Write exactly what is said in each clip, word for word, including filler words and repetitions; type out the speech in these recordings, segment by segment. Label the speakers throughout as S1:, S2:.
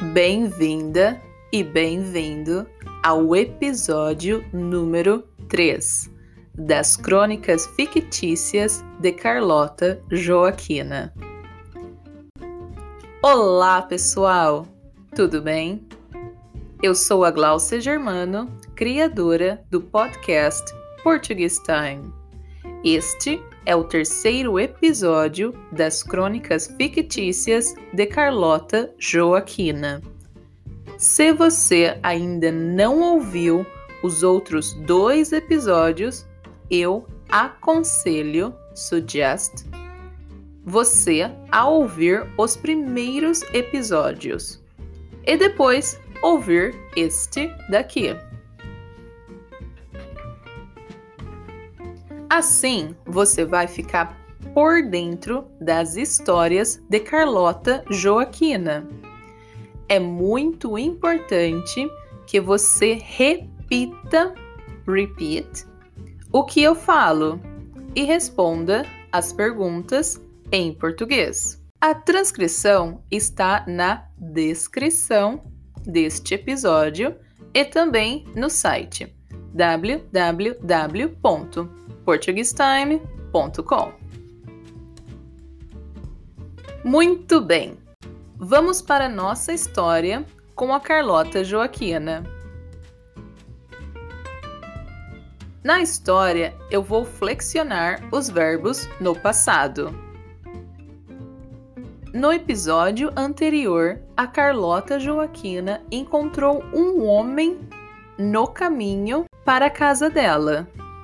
S1: Bem-vinda e bem-vindo ao episódio número três das Crônicas Fictícias de Carlota Joaquina. Olá, pessoal! Tudo bem? Eu sou a Glaucia Germano, criadora do podcast Portuguese Time. Este é o terceiro episódio das Crônicas Fictícias de Carlota Joaquina. Se você ainda não ouviu os outros dois episódios, eu aconselho, suggest, você a ouvir os primeiros episódios e depois ouvir este daqui. Assim, você vai ficar por dentro das histórias de Carlota Joaquina. É muito importante que você repita, repeat, o que eu falo e responda as perguntas em português. A transcrição está na descrição deste episódio e também no site w w w ponto portuguese time ponto com. Muito bem, vamos para a nossa história com a Carlota Joaquina. Na história, eu vou flexionar os verbos no passado. No episódio anterior, a Carlota Joaquina encontrou um homem no caminho para a casa dela.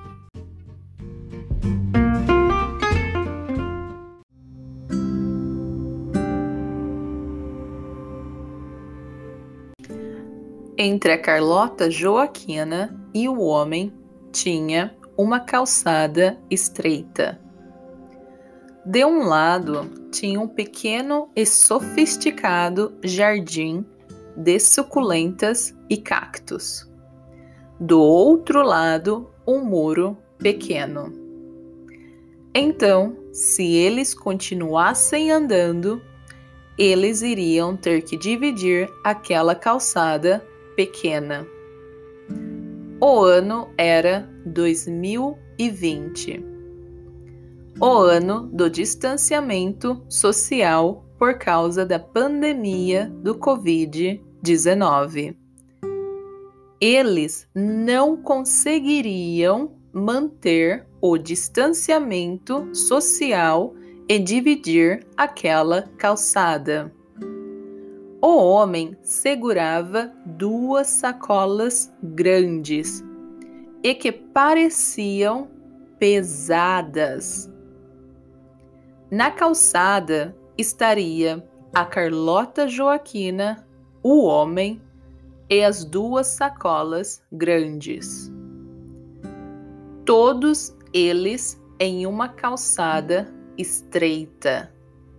S1: Entre a Carlota Joaquina e o homem tinha uma calçada estreita. De um lado tinha um pequeno e sofisticado jardim de suculentas e cactos. Do outro lado, um muro pequeno. Então, se eles continuassem andando, eles iriam ter que dividir aquela calçada pequena. O ano era dois mil e vinte, o ano do distanciamento social por causa da pandemia do covid dezenove. Eles não conseguiriam manter o distanciamento social e dividir aquela calçada. O homem segurava duas sacolas grandes e que pareciam pesadas. Na calçada estaria a Carlota Joaquina, o homem e as duas sacolas grandes. Todos eles em uma calçada estreita.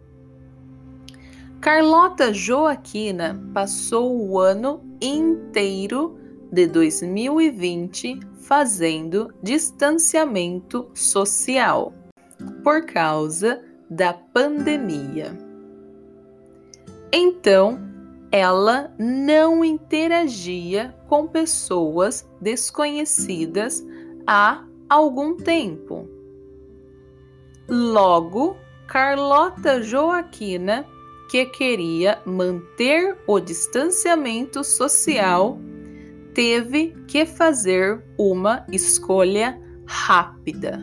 S1: Carlota Joaquina passou o ano inteiro de dois mil e vinte fazendo distanciamento social por causa da pandemia. Então, ela não interagia com pessoas desconhecidas há algum tempo. Logo, Carlota Joaquina, que queria manter o distanciamento social, teve que fazer uma escolha rápida.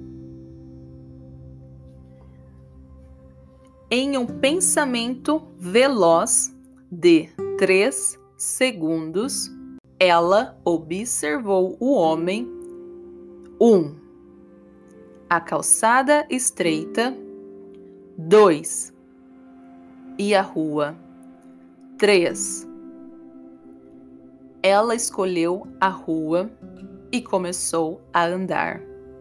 S1: Em um pensamento veloz de três segundos, ela observou o homem. Um. A calçada estreita. Dois. E a rua. três. Ela escolheu a rua e começou a andar.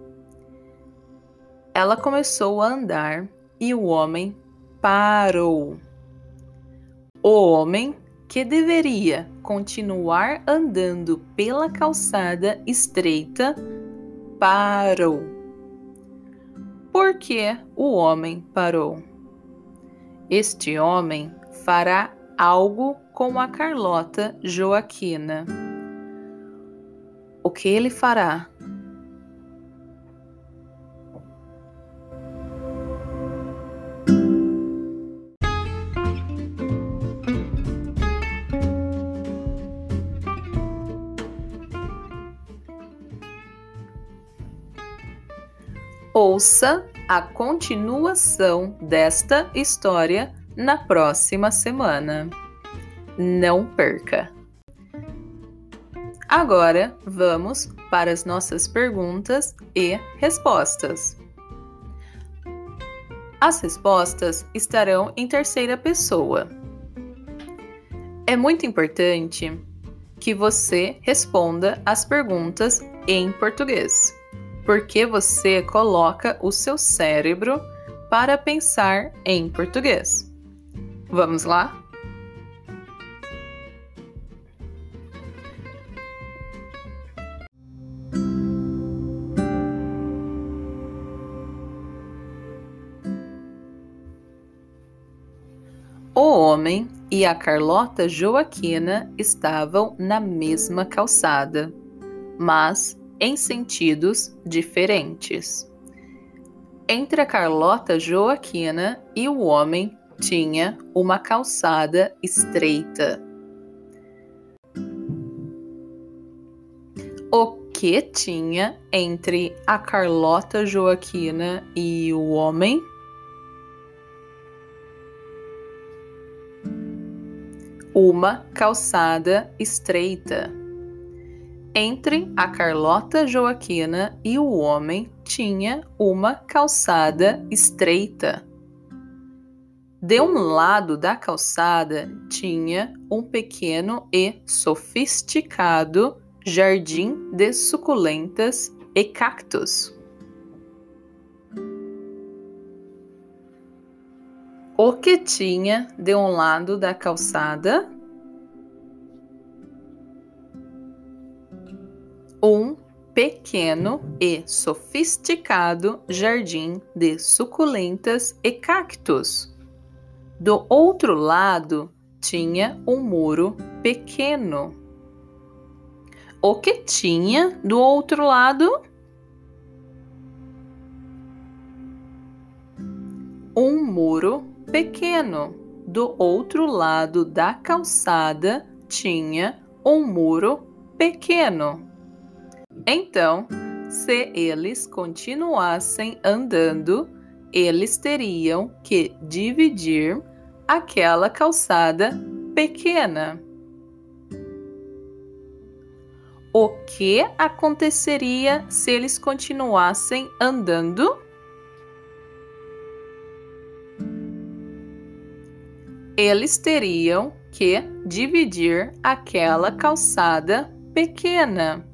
S1: Ela começou a andar e o homem parou. O homem, que deveria continuar andando pela calçada estreita, parou. Por que o homem parou? Este homem fará algo com a Carlota Joaquina. O que ele fará? Ouça a continuação desta história na próxima semana. Não perca! Agora vamos para as nossas perguntas e respostas. As respostas estarão em terceira pessoa. É muito importante que você responda as perguntas em português, porque você coloca o seu cérebro para pensar em português. Vamos lá? O homem e a Carlota Joaquina estavam na mesma calçada, mas em sentidos diferentes. Entre a Carlota Joaquina e o homem tinha uma calçada estreita. O que tinha entre a Carlota Joaquina e o homem? Uma calçada estreita. Entre a Carlota Joaquina e o homem tinha uma calçada estreita. De um lado da calçada tinha um pequeno e sofisticado jardim de suculentas e cactos. O que tinha de um lado da calçada? Um pequeno e sofisticado jardim de suculentas e cactos. Do outro lado tinha um muro pequeno. O que tinha do outro lado? Um muro pequeno. Do outro lado da calçada tinha um muro pequeno. Então, se eles continuassem andando, eles teriam que dividir aquela calçada pequena. O que aconteceria se eles continuassem andando? Eles teriam que dividir aquela calçada pequena.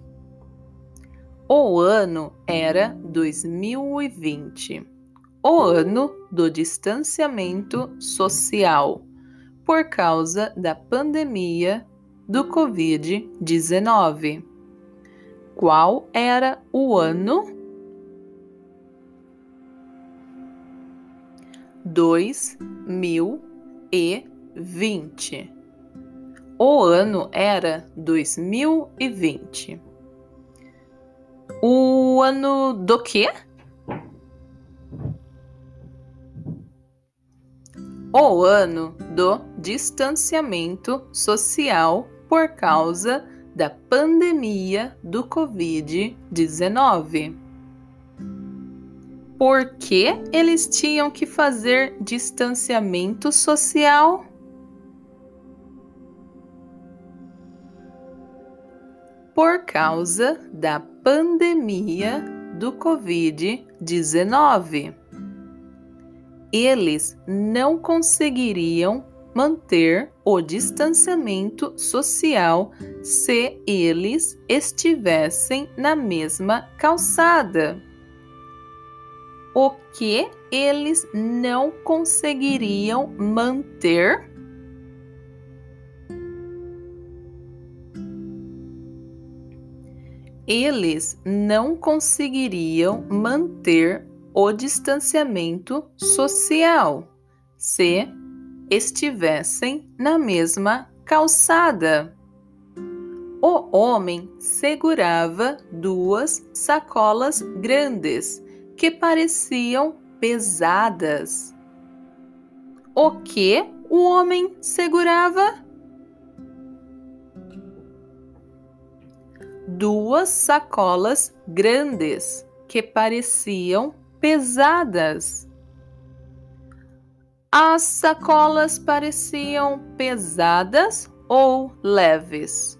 S1: O ano era dois mil e vinte, o ano do distanciamento social, por causa da pandemia do covid dezenove. Qual era o ano? dois mil e vinte. O ano era dois mil e vinte. O ano do quê? O ano do distanciamento social por causa da pandemia do covid dezenove. Por que eles tinham que fazer distanciamento social? Por causa da pandemia do covid dezenove. Eles não conseguiriam manter o distanciamento social se eles estivessem na mesma calçada. O que eles não conseguiriam manter? Eles não conseguiriam manter o distanciamento social se estivessem na mesma calçada. O homem segurava duas sacolas grandes que pareciam pesadas. O que o homem segurava? Duas sacolas grandes que pareciam pesadas. As sacolas pareciam pesadas ou leves?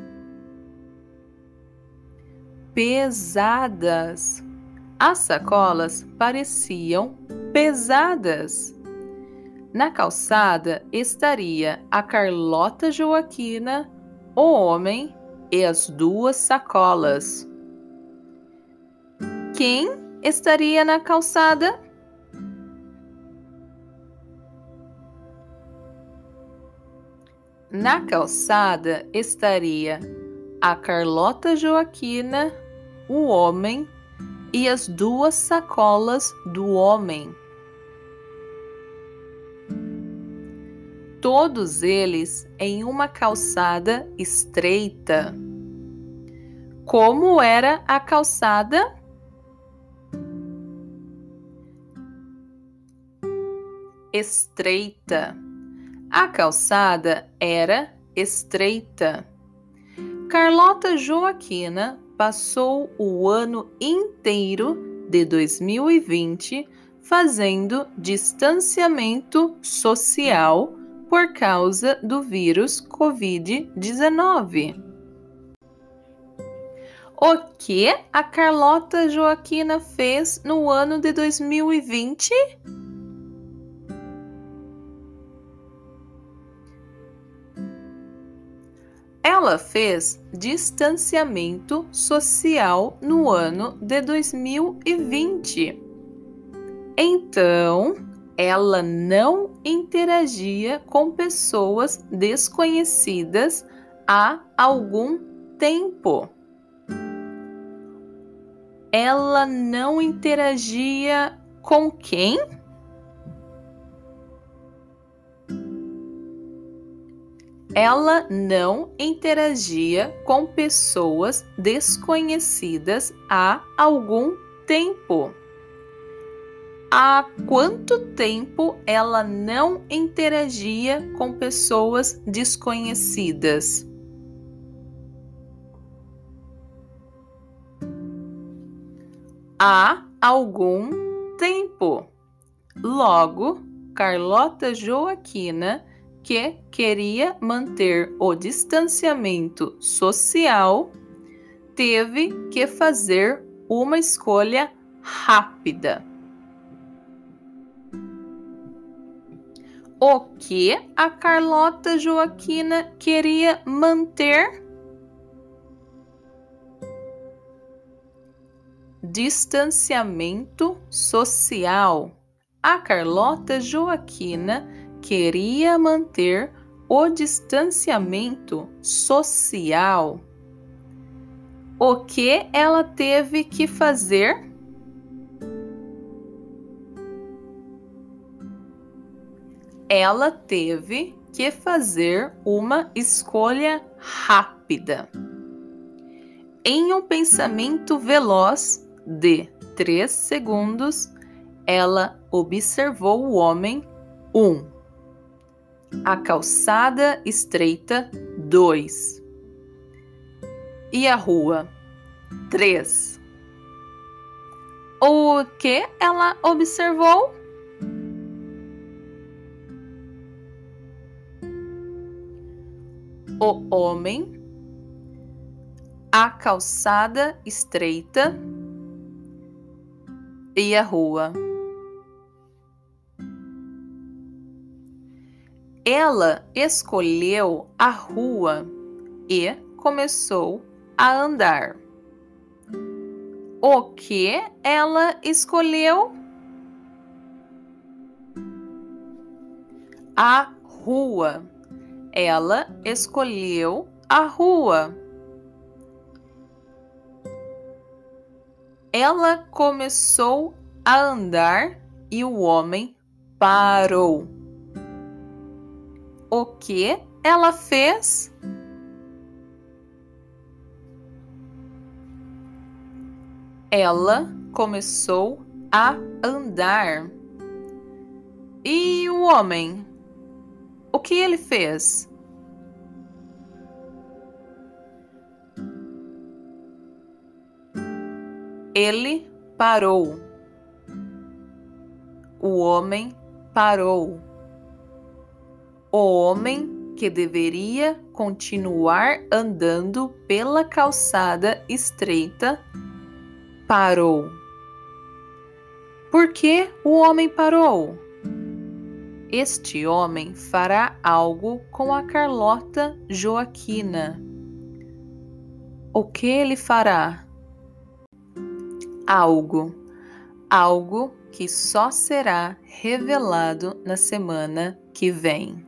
S1: Pesadas. As sacolas pareciam pesadas. Na calçada estaria a Carlota Joaquina, o homem e as duas sacolas. Quem estaria na calçada? Na calçada estaria a Carlota Joaquina, o homem e as duas sacolas do homem. Todos eles em uma calçada estreita. Como era a calçada? Estreita. A calçada era estreita. Carlota Joaquina passou o ano inteiro de dois mil e vinte fazendo distanciamento social por causa do vírus covid dezenove. O que a Carlota Joaquina fez no ano de dois mil e vinte? Ela fez distanciamento social no ano de dois mil e vinte. Então, ela não interagia com pessoas desconhecidas há algum tempo. Ela não interagia com quem? Ela não interagia com pessoas desconhecidas há algum tempo. Há quanto tempo ela não interagia com pessoas desconhecidas? Há algum tempo. Logo, Carlota Joaquina, que queria manter o distanciamento social, teve que fazer uma escolha rápida. O que a Carlota Joaquina queria manter? Distanciamento social. A Carlota Joaquina queria manter o distanciamento social. O que ela teve que fazer? Ela teve que fazer uma escolha rápida. Em um pensamento veloz de três segundos, ela observou o homem. Um. A calçada estreita. Dois. E a rua. Três. O que ela observou? O homem, a calçada estreita e a rua. Ela escolheu a rua e começou a andar. O que ela escolheu? A rua. Ela escolheu a rua. Ela começou a andar e o homem parou. O que ela fez? Ela começou a andar. E o homem? O que ele fez? Ele parou. O homem parou. O homem que deveria continuar andando pela calçada estreita parou. Por que o homem parou? Este homem fará algo com a Carlota Joaquina. O que ele fará? Algo. Algo que só será revelado na semana que vem.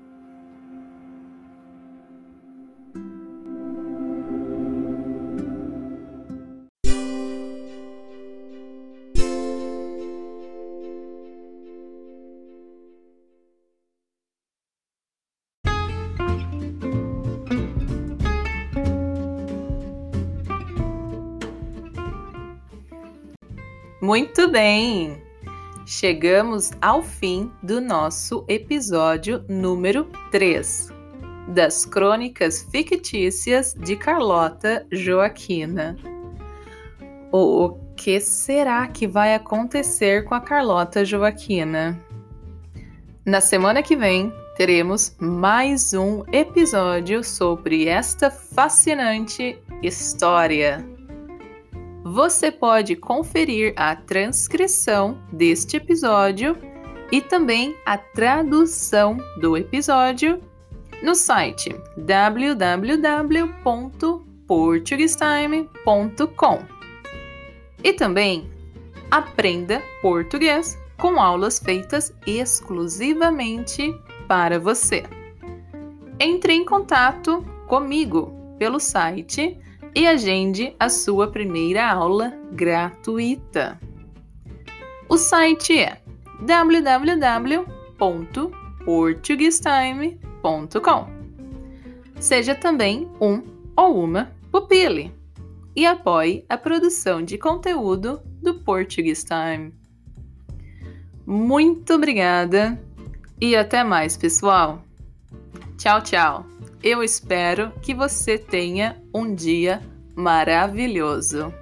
S1: Muito bem! Chegamos ao fim do nosso episódio número três das Crônicas Fictícias de Carlota Joaquina. O que será que vai acontecer com a Carlota Joaquina? Na semana que vem, teremos mais um episódio sobre esta fascinante história. Você pode conferir a transcrição deste episódio e também a tradução do episódio no site w w w ponto portuguestime ponto com. E também aprenda português com aulas feitas exclusivamente para você. Entre em contato comigo pelo site e agende a sua primeira aula gratuita. O site é w w w ponto portuguestime ponto com. Seja também um ou uma pupile e apoie a produção de conteúdo do Portuguese Time. Muito obrigada e até mais, pessoal. Tchau, tchau. Eu espero que você tenha um dia maravilhoso.